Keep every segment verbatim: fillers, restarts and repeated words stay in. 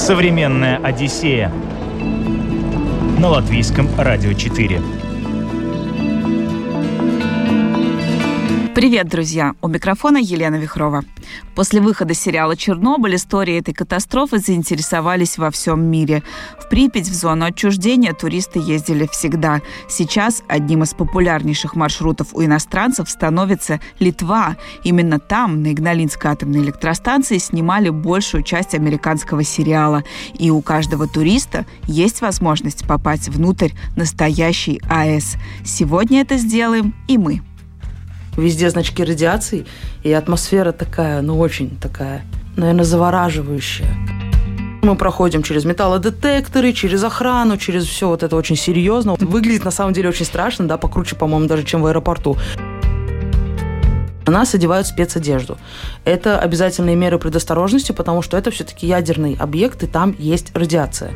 Современная Одиссея на Латвийском радио четыре. Привет, друзья! У микрофона Елена Вихрова. После выхода сериала «Чернобыль» истории этой катастрофы заинтересовались во всем мире. В Припять, в зону отчуждения, туристы ездили всегда. Сейчас одним из популярнейших маршрутов у иностранцев становится Литва. Именно там, на Игналинской атомной электростанции, снимали большую часть американского сериала. И у каждого туриста есть возможность попасть внутрь настоящей АЭС. Сегодня это сделаем и мы. Везде значки радиации, и атмосфера такая, ну очень такая, наверное, завораживающая. Мы проходим через металлодетекторы, через охрану, через все вот это очень серьезно. Выглядит на самом деле очень страшно, да, покруче, по-моему, даже, чем в аэропорту. Нас одевают спецодежду. Это обязательные меры предосторожности, потому что это все-таки ядерный объект, и там есть радиация.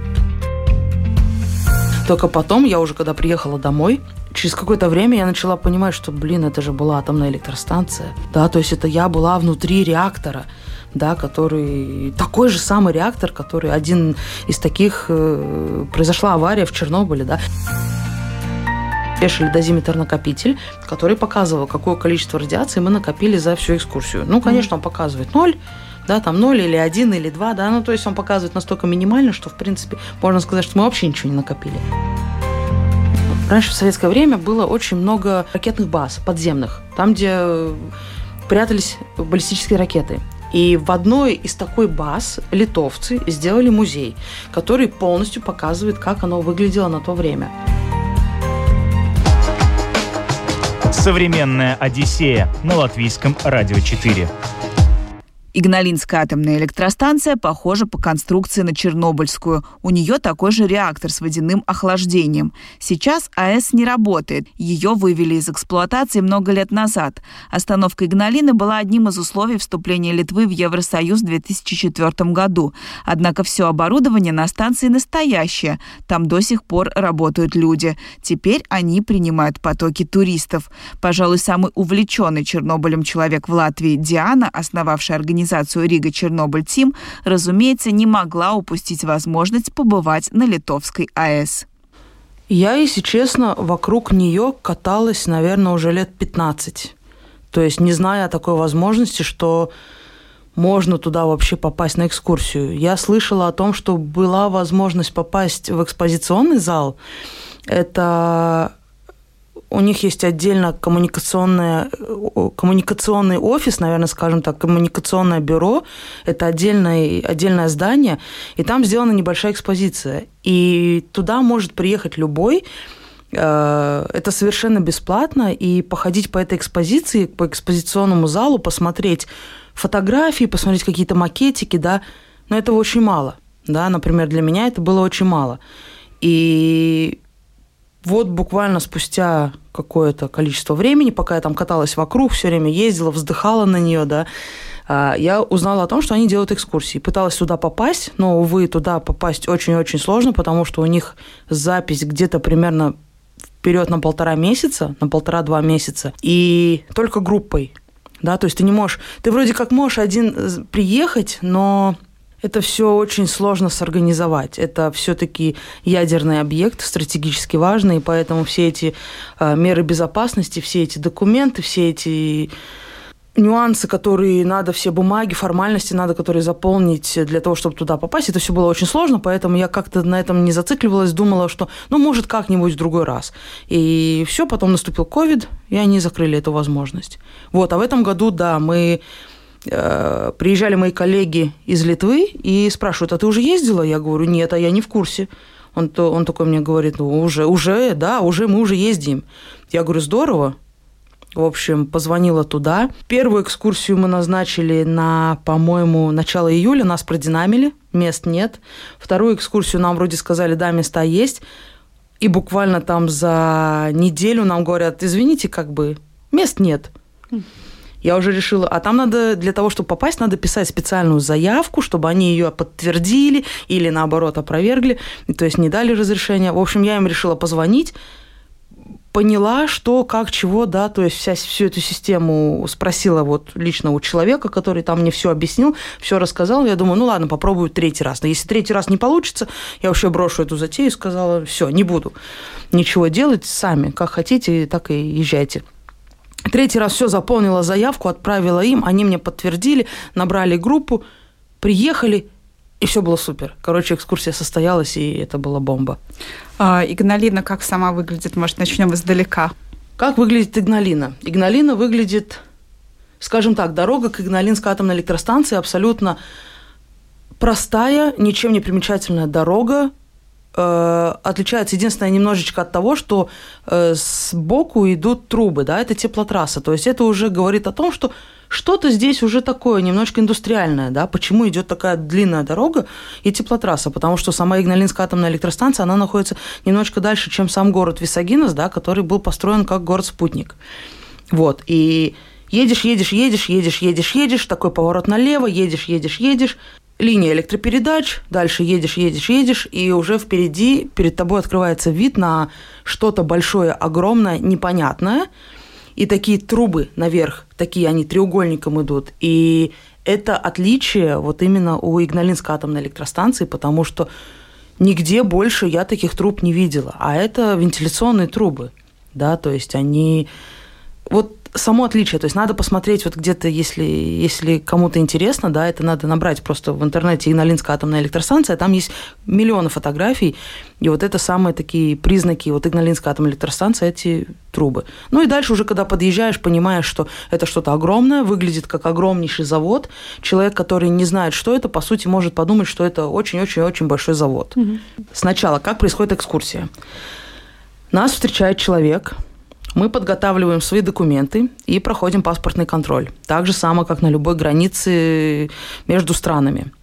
Только потом, я уже когда приехала домой, через какое-то время я начала понимать, что, блин, это же была атомная электростанция. Да, то есть это я была внутри реактора, да, который... Такой же самый реактор, который один из таких... Э, произошла авария в Чернобыле, да. Вешали дозиметр-накопитель, который показывал, какое количество радиации мы накопили за всю экскурсию. Ну, конечно, он показывает ноль, да, там ноль или один или два, да, ну, то есть он показывает настолько минимально, что, в принципе, можно сказать, что мы вообще ничего не накопили. Раньше в советское время было очень много ракетных баз подземных, там, где прятались баллистические ракеты. И в одной из такой баз литовцы сделали музей, который полностью показывает, как оно выглядело на то время. Современная Одиссея на Латвийском радио четыре. Игналинская атомная электростанция похожа по конструкции на Чернобыльскую. У нее такой же реактор с водяным охлаждением. Сейчас АЭС не работает. Ее вывели из эксплуатации много лет назад. Остановка Игналины была одним из условий вступления Литвы в Евросоюз в две тысячи четвёртом году. Однако все оборудование на станции настоящее. Там до сих пор работают люди. Теперь они принимают потоки туристов. Пожалуй, самый увлеченный Чернобылем человек в Латвии Диана, основавшая организацию Организацию Рига Чернобыль Тим, разумеется, не могла упустить возможность побывать на литовской АЭС. Я, если честно, вокруг нее каталась, наверное, уже лет пятнадцать. То есть не зная о такой возможности, что можно туда вообще попасть на экскурсию. Я слышала о том, что была возможность попасть в экспозиционный зал. Это... У них есть отдельно коммуникационное, коммуникационный офис, наверное, скажем так, коммуникационное бюро. Это отдельное, отдельное здание, и там сделана небольшая экспозиция. И туда может приехать любой. Это совершенно бесплатно. И походить по этой экспозиции, по экспозиционному залу, посмотреть фотографии, посмотреть какие-то макетики, да, но этого очень мало. Да? Например, для меня это было очень мало. И... Вот буквально спустя какое-то количество времени, пока я там каталась вокруг, все время ездила, вздыхала на нее, да, я узнала о том, что они делают экскурсии. Пыталась туда попасть, но, увы, туда попасть очень-очень сложно, потому что у них запись где-то примерно вперед на полтора месяца, на полтора-два месяца, и только группой, да, то есть ты не можешь, ты вроде как можешь один приехать, но... Это все очень сложно сорганизовать. Это все-таки ядерный объект, стратегически важный, и поэтому все эти э, меры безопасности, все эти документы, все эти нюансы, которые надо, все бумаги, формальности надо, которые заполнить для того, чтобы туда попасть, это все было очень сложно, поэтому я как-то на этом не зацикливалась, думала, что, ну, может, как-нибудь в другой раз. И все, потом наступил ковид, и они закрыли эту возможность. Вот, а в этом году, да, мы... Приезжали мои коллеги из Литвы и спрашивают, а ты уже ездила? Я говорю, нет, а я не в курсе. Он, то, он такой мне говорит, ну, уже, уже, да, уже мы уже ездим. Я говорю, здорово. В общем, позвонила туда. Первую экскурсию мы назначили на, по-моему, начало июля. Нас продинамили, мест нет. Вторую экскурсию нам вроде сказали, да, места есть. И буквально там за неделю нам говорят, извините, как бы, мест нет. Я уже решила, а там надо, для того, чтобы попасть, надо писать специальную заявку, чтобы они ее подтвердили или, наоборот, опровергли, то есть не дали разрешения. В общем, я им решила позвонить, поняла, что, как, чего, да, то есть вся, всю эту систему спросила вот лично у человека, который там мне все объяснил, все рассказал. Я думаю, ну ладно, попробую третий раз. Но если третий раз не получится, я вообще брошу эту затею и сказала, все, не буду ничего делать, сами, как хотите, так и езжайте. Третий раз все, заполнила заявку, отправила им, они мне подтвердили, набрали группу, приехали, и все было супер. Короче, экскурсия состоялась, и это была бомба. А, Игналина как сама выглядит? Может, начнем издалека? Как выглядит Игналина? Игналина выглядит, скажем так, дорога к Игналинской атомной электростанции абсолютно простая, ничем не примечательная дорога. Э, отличается единственное немножечко от того, что э, сбоку идут трубы, да, это теплотрасса. То есть это уже говорит о том, что что-то здесь уже такое, немножко индустриальное, да, почему идет такая длинная дорога и теплотрасса, потому что сама Игналинская атомная электростанция, она находится немножко дальше, чем сам город Висагинес, да, который был построен как город-спутник. Вот, и едешь, едешь, едешь, едешь, едешь, едешь, такой поворот налево, едешь, едешь, едешь, линия электропередач, дальше едешь, едешь, едешь, и уже впереди перед тобой открывается вид на что-то большое, огромное, непонятное. И такие трубы наверх, такие они треугольником идут. И это отличие вот именно у Игналинской атомной электростанции, потому что нигде больше я таких труб не видела. А это вентиляционные трубы, да, то есть они... Вот само отличие, то есть надо посмотреть вот где-то, если, если кому-то интересно, да, это надо набрать просто в интернете Игналинская атомная электростанция, там есть миллионы фотографий, и вот это самые такие признаки вот Игналинской атомной электростанции, эти трубы. Ну и дальше уже, когда подъезжаешь, понимаешь, что это что-то огромное, выглядит как огромнейший завод. Человек, который не знает, что это, по сути, может подумать, что это очень-очень-очень большой завод. Mm-hmm. Сначала, как происходит экскурсия? Нас встречает человек. Мы подготавливаем свои документы и проходим паспортный контроль. Так же само, как на любой границе между странами.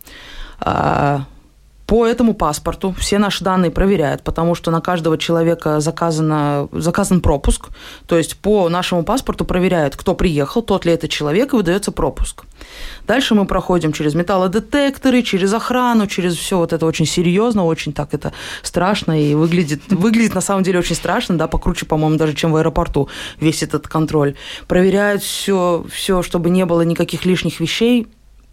По этому паспорту все наши данные проверяют, потому что на каждого человека заказано, заказан пропуск. То есть по нашему паспорту проверяют, кто приехал, тот ли это человек, и выдается пропуск. Дальше мы проходим через металлодетекторы, через охрану, через все вот это очень серьезно, очень так это страшно и выглядит, выглядит на самом деле очень страшно, да, покруче, по-моему, даже чем в аэропорту весь этот контроль. Проверяют все, все, чтобы не было никаких лишних вещей,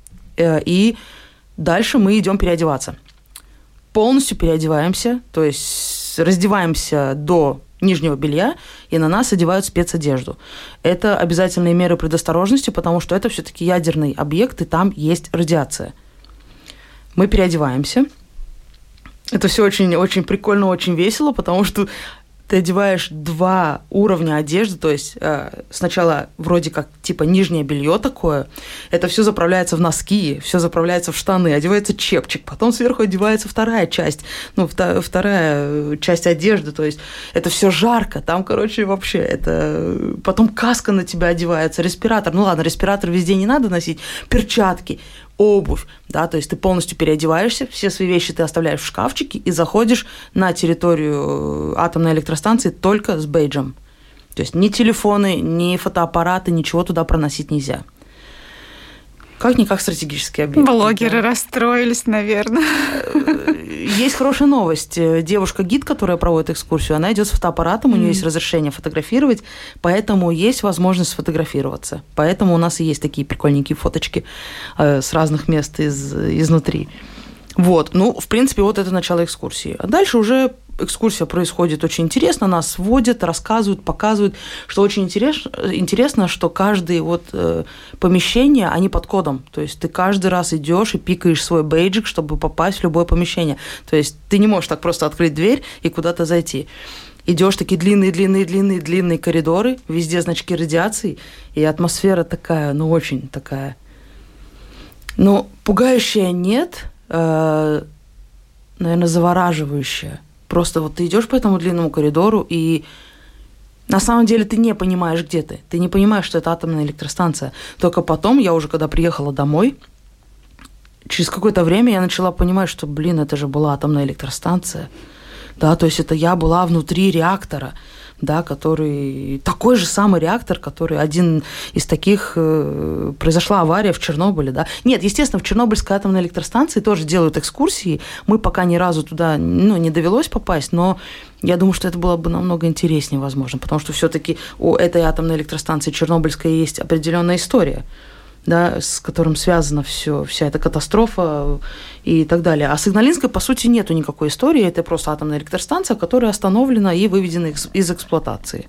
и дальше мы идем переодеваться. Полностью переодеваемся, то есть раздеваемся до нижнего белья, и на нас одевают спецодежду. Это обязательные меры предосторожности, потому что это все-таки ядерный объект, и там есть радиация. Мы переодеваемся. Это все очень, очень прикольно, очень весело, потому что ты одеваешь два уровня одежды, то есть э, сначала вроде как типа нижнее белье такое, это все заправляется в носки, все заправляется в штаны, одевается чепчик, потом сверху одевается вторая часть, ну, вта- вторая часть одежды, то есть это все жарко, там, короче, вообще это... Потом каска на тебя одевается, респиратор, ну ладно, респиратор везде не надо носить, перчатки, обувь, да, то есть ты полностью переодеваешься, все свои вещи ты оставляешь в шкафчике и заходишь на территорию атомной электростанции только с бейджем. То есть ни телефоны, ни фотоаппараты, ничего туда проносить нельзя. Как-никак стратегический объект. Блогеры да. расстроились, наверное. Есть хорошая новость. Девушка-гид, которая проводит экскурсию, она идет с фотоаппаратом, у нее mm. есть разрешение фотографировать, поэтому есть возможность сфотографироваться. Поэтому у нас и есть такие прикольненькие фоточки э, с разных мест из, изнутри. Вот. Ну, в принципе, вот это начало экскурсии. А дальше уже экскурсия происходит очень интересно, нас водят, рассказывают, показывают, что очень интерес, интересно, что каждое вот э, помещение, они под кодом, то есть ты каждый раз идешь и пикаешь свой бейджик, чтобы попасть в любое помещение, то есть ты не можешь так просто открыть дверь и куда-то зайти. Идешь такие длинные, длинные, длинные, длинные коридоры, везде значки радиации, и атмосфера такая, ну, очень такая, ну, пугающая нет, э, наверное, завораживающая. Просто вот ты идешь по этому длинному коридору, и на самом деле ты не понимаешь, где ты. Ты не понимаешь, что это атомная электростанция. Только потом, я уже когда приехала домой, через какое-то время я начала понимать, что, блин, это же была атомная электростанция. Да, то есть это я была внутри реактора. да, который такой же самый реактор, который один из таких, э, произошла авария в Чернобыле, да. Нет, естественно, в Чернобыльской атомной электростанции тоже делают экскурсии, мы пока ни разу туда, ну, не довелось попасть, но я думаю, что это было бы намного интереснее, возможно, потому что все-таки у этой атомной электростанции Чернобыльской есть определенная история, да, с которым связана все, вся эта катастрофа и так далее. А с Игналинской, по сути, нету никакой истории. Это просто атомная электростанция, которая остановлена и выведена из эксплуатации.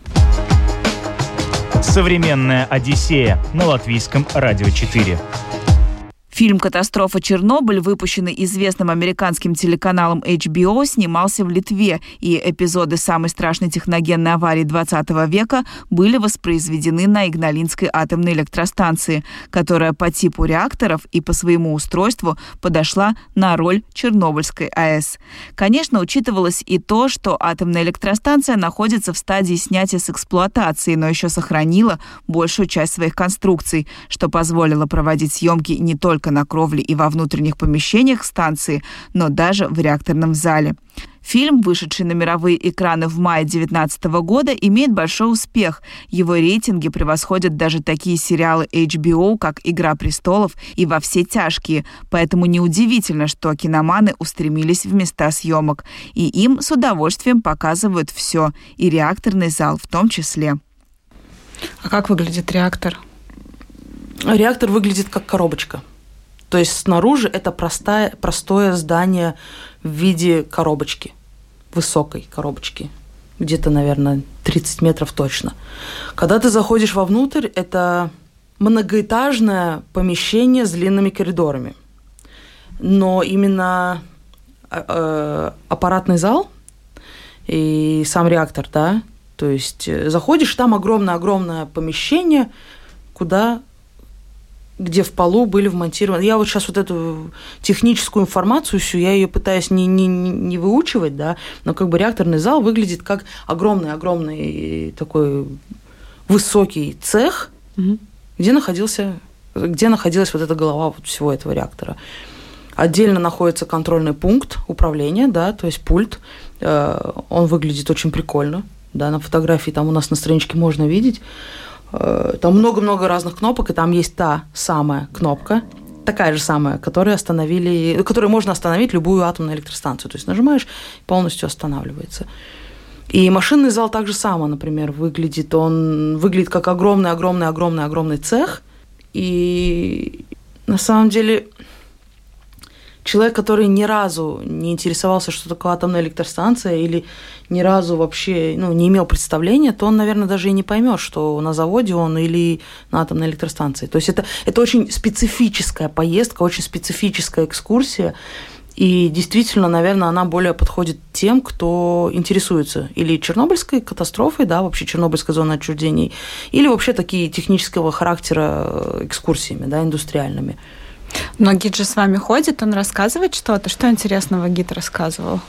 Современная Одиссея на Латвийском радио четыре. Фильм «Катастрофа Чернобыль», выпущенный известным американским телеканалом эйч би о, снимался в Литве, и эпизоды самой страшной техногенной аварии двадцатого века были воспроизведены на Игналинской атомной электростанции, которая по типу реакторов и по своему устройству подошла на роль Чернобыльской АЭС. Конечно, учитывалось и то, что атомная электростанция находится в стадии снятия с эксплуатации, но еще сохранила большую часть своих конструкций, что позволило проводить съемки не только на кровле и во внутренних помещениях станции, но даже в реакторном зале. Фильм, вышедший на мировые экраны в мае две тысячи девятнадцатого года, имеет большой успех. Его рейтинги превосходят даже такие сериалы эйч би о, как «Игра престолов» и «Во все тяжкие». Поэтому неудивительно, что киноманы устремились в места съемок. И им с удовольствием показывают все, и реакторный зал в том числе. А как выглядит реактор? Реактор выглядит как коробочка. То есть снаружи это простое, простое здание в виде коробочки, высокой коробочки, где-то, наверное, тридцать метров точно. Когда ты заходишь вовнутрь, это многоэтажное помещение с длинными коридорами. Но именно э, аппаратный зал и сам реактор, да, то есть заходишь, там огромное-огромное помещение, куда... где в полу были вмонтированы. Я вот сейчас вот эту техническую информацию всю, я ее пытаюсь не, не, не выучивать, да, но как бы реакторный зал выглядит как огромный-огромный такой высокий цех, угу. где находился, где находилась вот эта голова вот всего этого реактора. Отдельно находится контрольный пункт управления, да, то есть пульт. Он выглядит очень прикольно, да, на фотографии там у нас на страничке можно видеть. Там много-много разных кнопок, и там есть та самая кнопка, такая же самая, которой остановили, которой можно остановить любую атомную электростанцию. То есть нажимаешь, полностью останавливается. И машинный зал так же само, например, выглядит. Он выглядит как огромный-огромный-огромный-огромный цех. И на самом деле человек, который ни разу не интересовался, что такое атомная электростанция, или ни разу вообще ну, не имел представления, то он, наверное, даже и не поймет, что на заводе он или на атомной электростанции. То есть это, это очень специфическая поездка, очень специфическая экскурсия. И действительно, наверное, она более подходит тем, кто интересуется или Чернобыльской катастрофой, да, вообще Чернобыльской зоной отчуждений, или вообще такие технического характера экскурсиями, да, индустриальными. Но гид же с вами ходит, он рассказывает что-то. Что интересного гид рассказывал?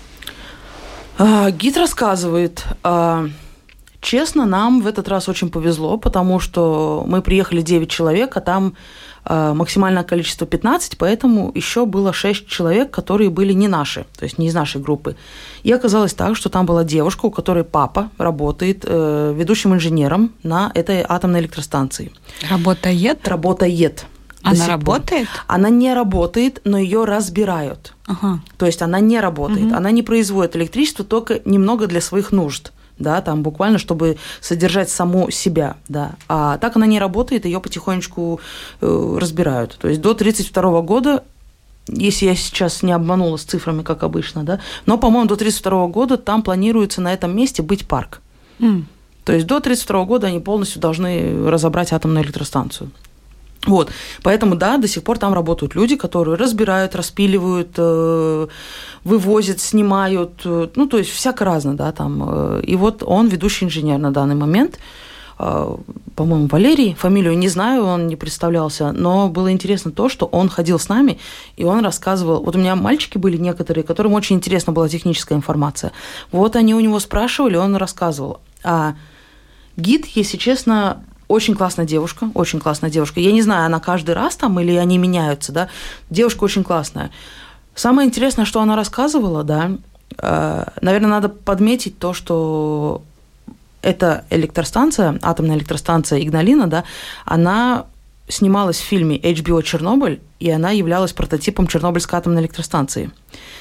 А, гид рассказывает. А, честно, нам в этот раз очень повезло, потому что мы приехали девять человек, а там а, максимальное количество пятнадцать, поэтому еще было шесть человек, которые были не наши, то есть не из нашей группы. И оказалось так, что там была девушка, у которой папа работает э, ведущим инженером на этой атомной электростанции. Работает? Работает. Она работает? Она не работает, но ее разбирают. Ага. То есть она не работает, угу. она не производит электричество, только немного для своих нужд, да, там буквально, чтобы содержать саму себя, да. А так она не работает, ее потихонечку э, разбирают. То есть до тридцать второго года, если я сейчас не обманула с цифрами, как обычно, да, но, по-моему, до тридцать второго года там планируется на этом месте быть парк. Mm. То есть до тридцать второго года они полностью должны разобрать атомную электростанцию. Вот, поэтому, да, до сих пор там работают люди, которые разбирают, распиливают, э, вывозят, снимают, э, ну, то есть всяко разно, да, там. Э, и вот он ведущий инженер на данный момент, э, по-моему, Валерий, фамилию не знаю, он не представлялся, но было интересно то, что он ходил с нами, и он рассказывал, вот у меня мальчики были некоторые, которым очень интересна была техническая информация, вот они у него спрашивали, он рассказывал, а гид, если честно, очень классная девушка, очень классная девушка. Я не знаю, она каждый раз там или они меняются, да. Девушка очень классная. Самое интересное, что она рассказывала, да, э, наверное, надо подметить то, что эта электростанция, атомная электростанция Игналина, да, она снималась в фильме эйч би о «Чернобыль», и она являлась прототипом Чернобыльской атомной электростанции.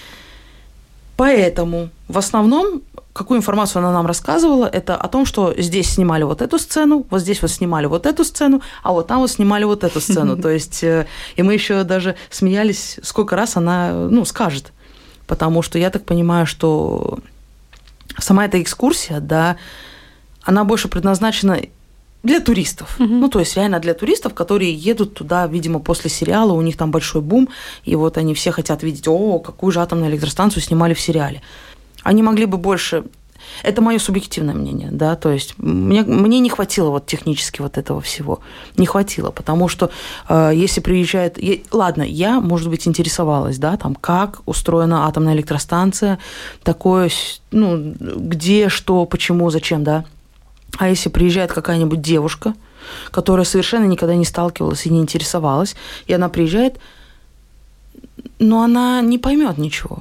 Поэтому в основном, какую информацию она нам рассказывала, это о том, что здесь снимали вот эту сцену, вот здесь вот снимали вот эту сцену, а вот там вот снимали вот эту сцену. То есть, и мы еще даже смеялись, сколько раз она, ну, скажет. Потому что я так понимаю, что сама эта экскурсия, да, она больше предназначена для туристов. Mm-hmm. Ну, то есть реально для туристов, которые едут туда, видимо, после сериала, у них там большой бум, и вот они все хотят видеть, о, какую же атомную электростанцию снимали в сериале. Они могли бы больше... Это мое субъективное мнение, да, то есть мне, мне не хватило вот технически вот этого всего. Не хватило, потому что э, если приезжает... Я, ладно, я, может быть, интересовалась, да, там, как устроена атомная электростанция, такое, ну, где, что, почему, зачем, да. А если приезжает какая-нибудь девушка, которая совершенно никогда не сталкивалась и не интересовалась, и она приезжает, но она не поймет ничего.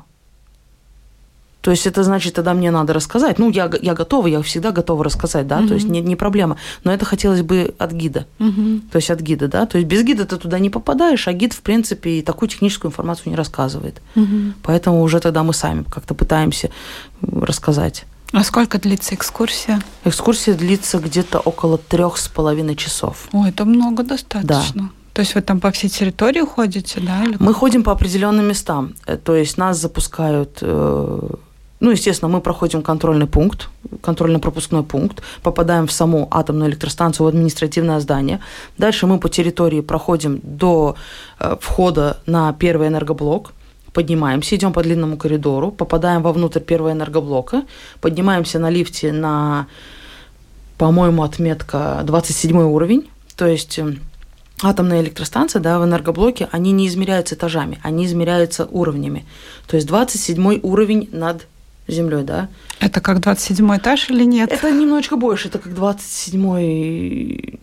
То есть это значит, тогда мне надо рассказать. Ну, я, я готова, я всегда готова рассказать, да, mm-hmm. то есть не, не проблема. Но это хотелось бы от гида. Mm-hmm. То есть от гида, да. То есть без гида ты туда не попадаешь, а гид, в принципе, такую техническую информацию не рассказывает. Mm-hmm. Поэтому уже тогда мы сами как-то пытаемся рассказать. А сколько длится экскурсия? Экскурсия длится где-то около трех с половиной часов. Ой, это много достаточно. Да. То есть вы там по всей территории ходите, да? Или мы ходим по определенным местам. То есть нас запускают... Ну, естественно, мы проходим контрольный пункт, контрольно-пропускной пункт, попадаем в саму атомную электростанцию, в административное здание. Дальше мы по территории проходим до входа на первый энергоблок, поднимаемся, идем по длинному коридору, попадаем вовнутрь первого энергоблока, поднимаемся на лифте на, по-моему, отметка двадцать седьмой уровень. То есть атомная электростанция, да, в энергоблоке, они не измеряются этажами, они измеряются уровнями. То есть двадцать седьмой уровень над землей, да. Это как двадцать седьмой этаж или нет? Это немножечко больше, это как двадцать седьмой...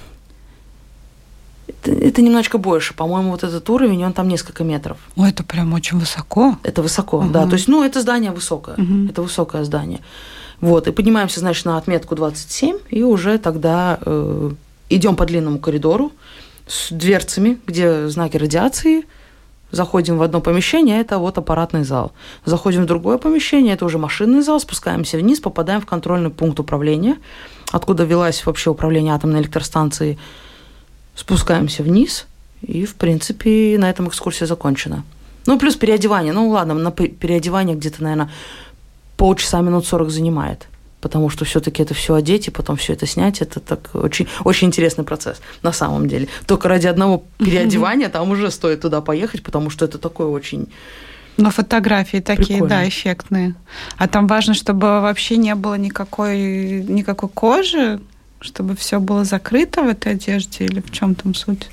Это, это немножечко больше. По-моему, вот этот уровень, он там несколько метров. Ой, это прям очень высоко. Это высоко, угу. да. То есть, ну, это здание высокое. Угу. Это высокое здание. Вот. И поднимаемся, значит, на отметку двадцать семь, и уже тогда э, идем по длинному коридору с дверцами, где знаки радиации. Заходим в одно помещение, это вот аппаратный зал. Заходим в другое помещение, это уже машинный зал, спускаемся вниз, попадаем в контрольный пункт управления, откуда велась вообще управление атомной электростанцией. Спускаемся вниз, и, в принципе, на этом экскурсия закончена. Ну, плюс переодевание. Ну, ладно, на переодевание где-то, наверное, полчаса, минут сорок занимает. Потому что все-таки это все одеть и потом все это снять, это так очень, очень интересный процесс на самом деле. Только ради одного переодевания там уже стоит туда поехать, потому что это такое очень... Но фотографии такие, прикольно. Да, эффектные. А там важно, чтобы вообще не было никакой, никакой кожи, чтобы все было закрыто в этой одежде, или в чем там суть?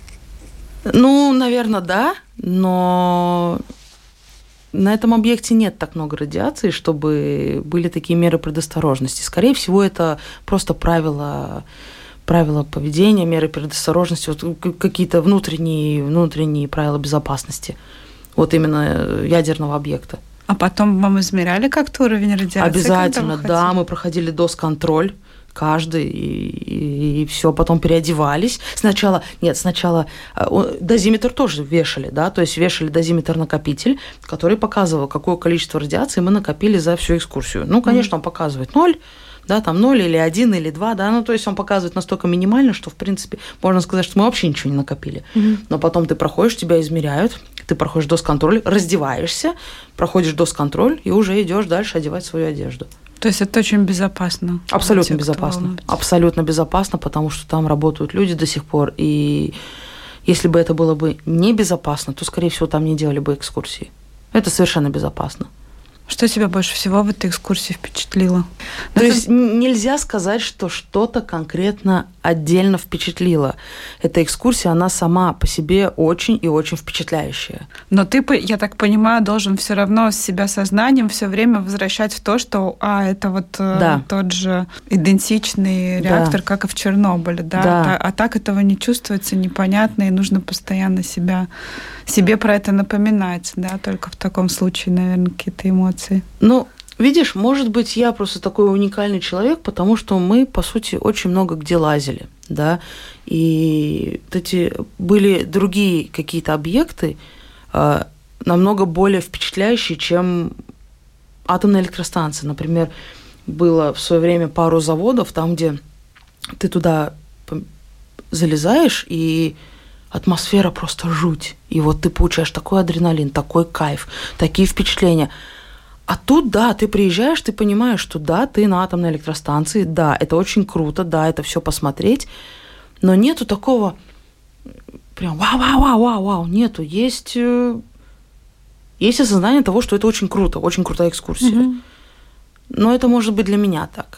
Ну, наверное, да, но... На этом объекте нет так много радиации, чтобы были такие меры предосторожности. Скорее всего, это просто правила, правила поведения, меры предосторожности, вот какие-то внутренние, внутренние правила безопасности. Вот именно ядерного объекта. А потом вам измеряли как-то уровень радиации? Обязательно, да. Мы проходили досконтроль. Каждый, и, и, и все, потом переодевались. Сначала, нет, сначала дозиметр тоже вешали, да, то есть вешали дозиметр-накопитель, который показывал, какое количество радиации мы накопили за всю экскурсию. Ну, конечно, mm-hmm. он показывает ноль, да, там ноль или один или два, да, ну, то есть он показывает настолько минимально, что, в принципе, можно сказать, что мы вообще ничего не накопили. Mm-hmm. Но потом ты проходишь, тебя измеряют, ты проходишь досконтроль, раздеваешься, проходишь досконтроль и уже идешь дальше одевать свою одежду. То есть это очень безопасно? Абсолютно безопасно. Абсолютно безопасно, потому что там работают люди до сих пор. И если бы это было бы небезопасно, то, скорее всего, там не делали бы экскурсии. Это совершенно безопасно. Что тебя больше всего в этой экскурсии впечатлило? То это... есть нельзя сказать, что что-то конкретно отдельно впечатлило. Эта экскурсия, она сама по себе очень и очень впечатляющая. Но ты, я так понимаю, должен все равно с себя сознанием все время возвращать в то, что а, это вот да. тот же идентичный реактор, да. как и в Чернобыле. Да? Да. А, а так этого не чувствуется, непонятно, и нужно постоянно себя, себе про это напоминать. Да? Только в таком случае, наверное, какие-то эмоции. Ну, Видишь, может быть, я просто такой уникальный человек, потому что мы, по сути, очень много где лазили, да, и вот эти были другие какие-то объекты, э, намного более впечатляющие, чем атомная электростанция. Например, было в свое время пару заводов, там, где ты туда залезаешь, и атмосфера просто жуть. И вот ты получаешь такой адреналин, такой кайф, такие впечатления. А тут, да, ты приезжаешь, ты понимаешь, что да, ты на атомной электростанции, да, это очень круто, да, это все посмотреть, но нету такого прям вау-вау-вау-вау, нету. Есть, есть осознание того, что это очень круто, очень крутая экскурсия. Mm-hmm. Но это может быть для меня так.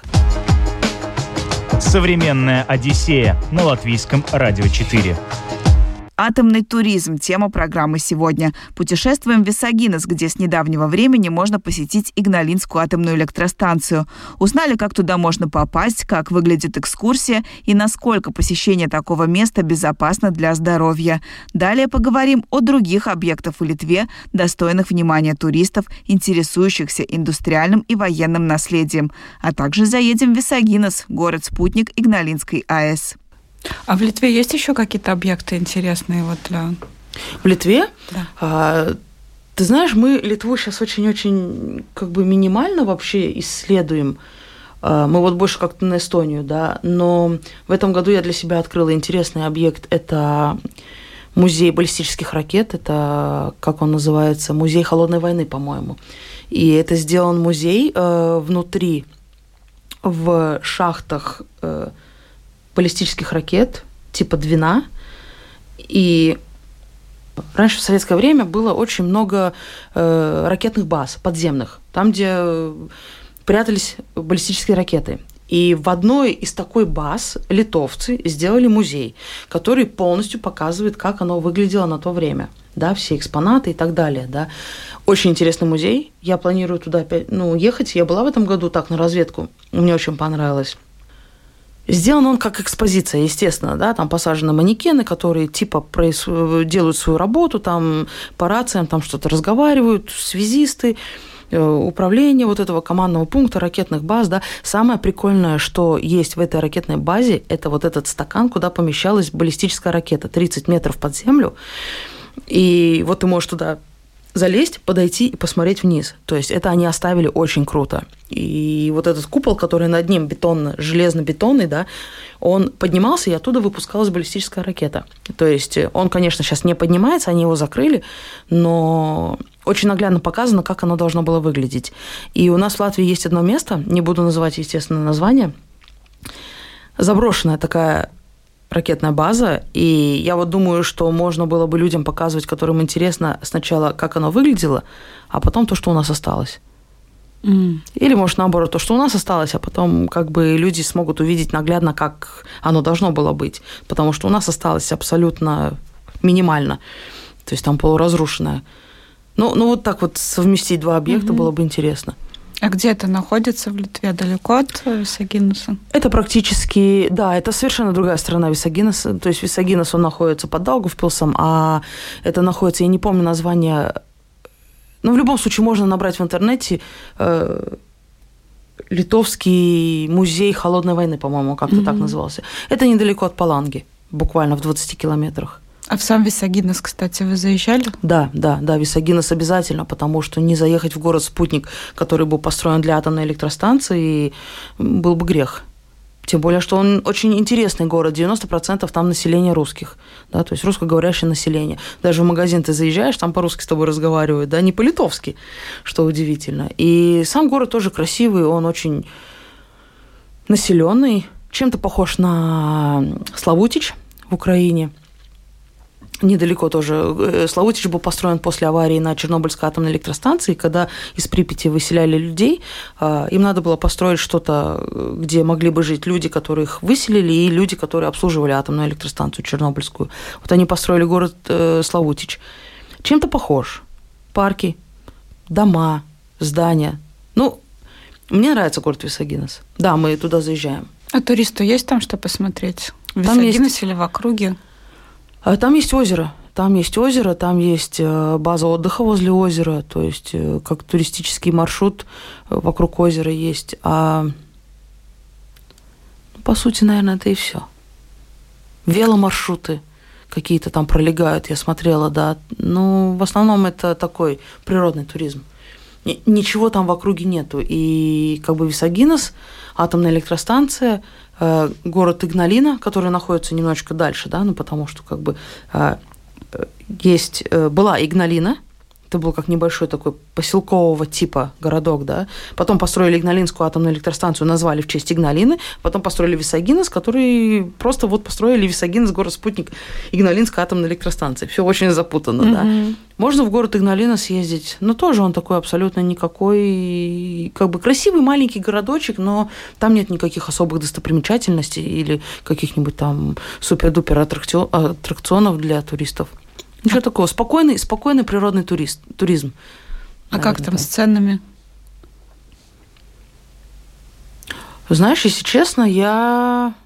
Современная Одиссея на Латвийском радио четыре. Атомный туризм – тема программы сегодня. Путешествуем в Висагинес, где с недавнего времени можно посетить Игналинскую атомную электростанцию. Узнали, как туда можно попасть, как выглядит экскурсия и насколько посещение такого места безопасно для здоровья. Далее поговорим о других объектах в Литве, достойных внимания туристов, интересующихся индустриальным и военным наследием. А также заедем в Висагинес, город-спутник Игналинской АЭС. А в Литве есть еще какие-то объекты интересные вот для... В Литве? Да. А, ты знаешь, мы Литву сейчас очень-очень как бы минимально вообще исследуем. А, мы вот больше как-то на Эстонию, да. Но в этом году я для себя открыла интересный объект. Это музей баллистических ракет. Это, как он называется, музей холодной войны, по-моему. И это сделан музей э, внутри, в шахтах э, баллистических ракет типа Двина. И раньше в советское время было очень много э, ракетных баз подземных, там, где прятались баллистические ракеты. И в одной из такой баз литовцы сделали музей, который полностью показывает, как оно выглядело на то время. Да, все экспонаты и так далее. Да. Очень интересный музей. Я планирую туда опять, ну, ехать. Я была в этом году так на разведку. Мне очень понравилось. Сделан он как экспозиция, естественно, да, там посажены манекены, которые типа проис... делают свою работу, там по рациям там что-то разговаривают, связисты, управление вот этого командного пункта, ракетных баз, да. Самое прикольное, что есть в этой ракетной базе, это вот этот стакан, куда помещалась баллистическая ракета, тридцать метров под землю, и вот ты можешь туда залезть, подойти и посмотреть вниз. То есть это они оставили очень круто. И вот этот купол, который над ним бетонно, железно-бетонный, да, он поднимался, и оттуда выпускалась баллистическая ракета. То есть он, конечно, сейчас не поднимается, они его закрыли, но очень наглядно показано, как оно должно было выглядеть. И у нас в Латвии есть одно место, не буду называть, естественно, название, заброшенная такая ракетная база, и я вот думаю, что можно было бы людям показывать, которым интересно сначала, как оно выглядело, а потом то, что у нас осталось. Mm. Или, может, наоборот, то, что у нас осталось, а потом как бы люди смогут увидеть наглядно, как оно должно было быть, потому что у нас осталось абсолютно минимально, то есть там полуразрушенное. Ну, ну вот так вот совместить два объекта mm-hmm. было бы интересно. А где это находится в Литве? Далеко от Висагинеса? Это практически, да, это совершенно другая сторона Висагинеса. То есть Висагинес, он находится под Даугавпилсом, а это находится, я не помню название, но в любом случае можно набрать в интернете э, Литовский музей холодной войны, по-моему, как-то mm-hmm. так назывался. Это недалеко от Паланги, буквально в двадцати километрах. А в сам Висагинес, кстати, вы заезжали? Да, да, да, Висагинес обязательно, потому что не заехать в город-спутник, который был построен для атомной электростанции, был бы грех. Тем более, что он очень интересный город, девяносто процентов там население русских, да, то есть русскоговорящее население. Даже в магазин ты заезжаешь, там по-русски с тобой разговаривают, да, не по-литовски, что удивительно. И сам город тоже красивый, он очень населенный, чем-то похож на Славутич в Украине. Недалеко тоже. Славутич был построен после аварии на Чернобыльской атомной электростанции, когда из Припяти выселяли людей. Им надо было построить что-то, где могли бы жить люди, которых выселили, и люди, которые обслуживали атомную электростанцию Чернобыльскую. Вот они построили город Славутич. Чем-то похож. Парки, дома, здания. Ну, мне нравится город Висагинес. Да, мы туда заезжаем. А туристу есть там что посмотреть? В Висагинесе или в округе? Там есть озеро. Там есть озеро, там есть база отдыха возле озера, то есть как туристический маршрут вокруг озера есть. А ну, по сути, наверное, это и все. Веломаршруты какие-то там пролегают, я смотрела, да. Ну, в основном это такой природный туризм. Ничего там в округе нету. И как бы Висагинес, атомная электростанция, э, город Игналина, который находится немножечко дальше, да, ну, потому что как бы э, есть, э, была Игналина, это был как небольшой такой поселкового типа городок, да. Потом построили Игналинскую атомную электростанцию, назвали в честь Игналины. Потом построили Висагинес, который просто вот построили Висагинес, город-спутник Игналинской атомной электростанции. Все очень запутанно, mm-hmm. да. Можно в город Игналина съездить, но тоже он такой абсолютно никакой, как бы красивый маленький городочек, но там нет никаких особых достопримечательностей или каких-нибудь там супер-дупер аттракционов для туристов. Ничего а... такого. Спокойный, спокойный природный турист, туризм. А наверное, как там так. С ценами? Знаешь, если честно, я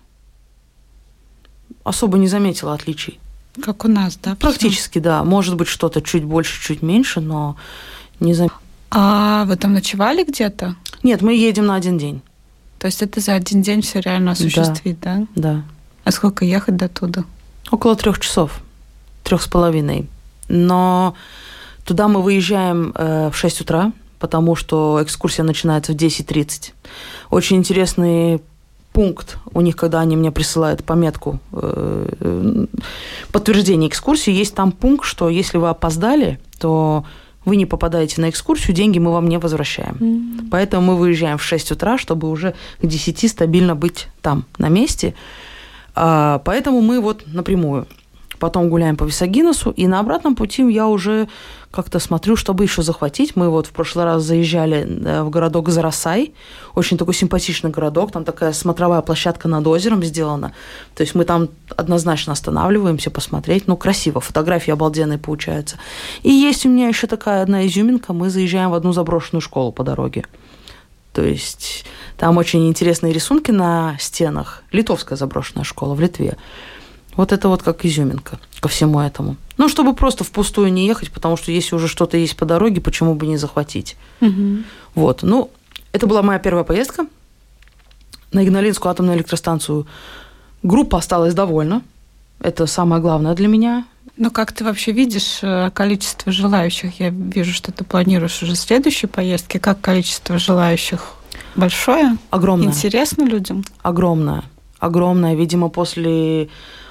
особо не заметила отличий. Как у нас, да? Практически, да. Может быть, что-то чуть больше, чуть меньше, но не заметила. А вы там ночевали где-то? Нет, мы едем на один день. То есть это за один день все реально осуществить, да? Да. да. А сколько ехать до туда? Около трех часов. Трех с половиной. Но туда мы выезжаем э, в шесть утра, потому что экскурсия начинается в десять тридцать. Очень интересный пункт у них, когда они мне присылают пометку э, подтверждение экскурсии, есть там пункт, что если вы опоздали, то вы не попадаете на экскурсию, деньги мы вам не возвращаем. Mm-hmm. Поэтому мы выезжаем в шесть утра, чтобы уже к десяти стабильно быть там, на месте. А, поэтому мы вот напрямую. Потом гуляем по Висагинесу, и на обратном пути я уже как-то смотрю, чтобы еще захватить. Мы вот в прошлый раз заезжали в городок Зарасай, очень такой симпатичный городок, там такая смотровая площадка над озером сделана. То есть мы там однозначно останавливаемся посмотреть. Ну, красиво, фотографии обалденные получаются. И есть у меня еще такая одна изюминка, мы заезжаем в одну заброшенную школу по дороге. То есть там очень интересные рисунки на стенах. Литовская заброшенная школа в Литве. Вот это вот как изюминка ко всему этому. Ну, чтобы просто впустую не ехать, потому что если уже что-то есть по дороге, почему бы не захватить? Угу. Вот. Ну, это была моя первая поездка на Игналинскую атомную электростанцию. Группа осталась довольна. Это самое главное для меня. Ну, как ты вообще видишь количество желающих? Я вижу, что ты планируешь уже следующие поездки. Как количество желающих? Большое? Огромное. Интересно людям? Огромное. Огромное. Видимо, после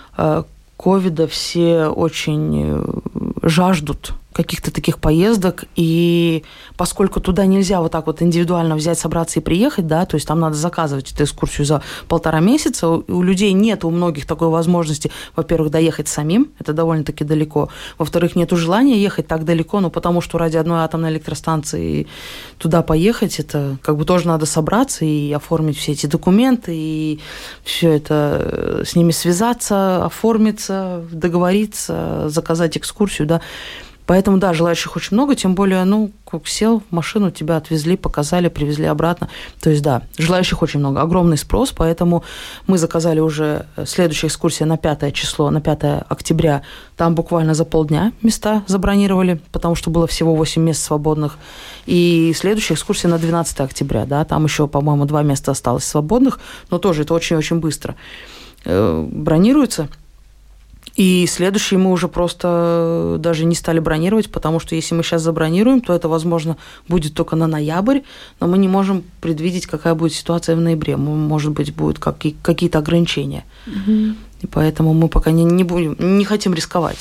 ковида все очень жаждут каких-то таких поездок, и поскольку туда нельзя вот так вот индивидуально взять, собраться и приехать, да, то есть там надо заказывать эту экскурсию за полтора месяца, у людей нет у многих такой возможности, во-первых, доехать самим, это довольно-таки далеко, во-вторых, нету желания ехать так далеко, ну, потому что ради одной атомной электростанции туда поехать, это как бы тоже надо собраться и оформить все эти документы, и все это с ними связаться, оформиться, договориться, заказать экскурсию, да. Поэтому, да, желающих очень много, тем более, ну, как сел в машину, тебя отвезли, показали, привезли обратно. То есть, да, желающих очень много, огромный спрос, поэтому мы заказали уже следующая экскурсия на пятое число, на пятое октября. Там буквально за полдня места забронировали, потому что было всего восемь мест свободных. И следующая экскурсия на двенадцатое октября, да, там еще, по-моему, два места осталось свободных, но тоже это очень-очень быстро бронируется. И следующий мы уже просто даже не стали бронировать, потому что если мы сейчас забронируем, то это, возможно, будет только на ноябрь, но мы не можем предвидеть, какая будет ситуация в ноябре. Может быть, будут какие-то ограничения. Угу. И поэтому мы пока не, не будем, не хотим рисковать.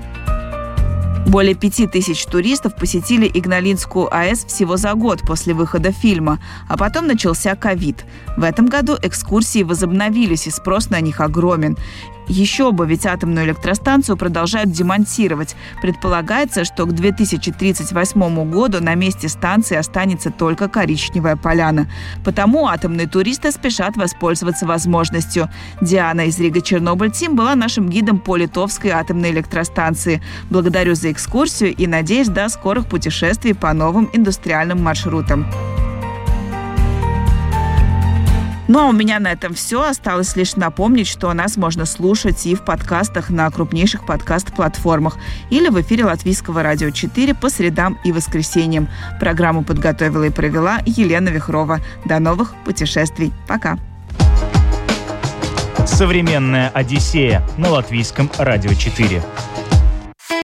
Более пяти тысяч туристов посетили Игналинскую АЭС всего за год после выхода фильма, а потом начался ковид. В этом году экскурсии возобновились, и спрос на них огромен. Еще бы, ведь атомную электростанцию продолжают демонтировать. Предполагается, что к две тысячи тридцать восьмому году на месте станции останется только коричневая поляна. Потому атомные туристы спешат воспользоваться возможностью. Диана из Рига Чернобыль Тим была нашим гидом по Литовской атомной электростанции. Благодарю за экскурсию и надеюсь до скорых путешествий по новым индустриальным маршрутам. Ну а у меня на этом все. Осталось лишь напомнить, что нас можно слушать и в подкастах на крупнейших подкаст-платформах или в эфире Латвийского радио четыре по средам и воскресеньям. Программу подготовила и провела Елена Вихрова. До новых путешествий. Пока. Современная Одиссея на Латвийском радио четыре.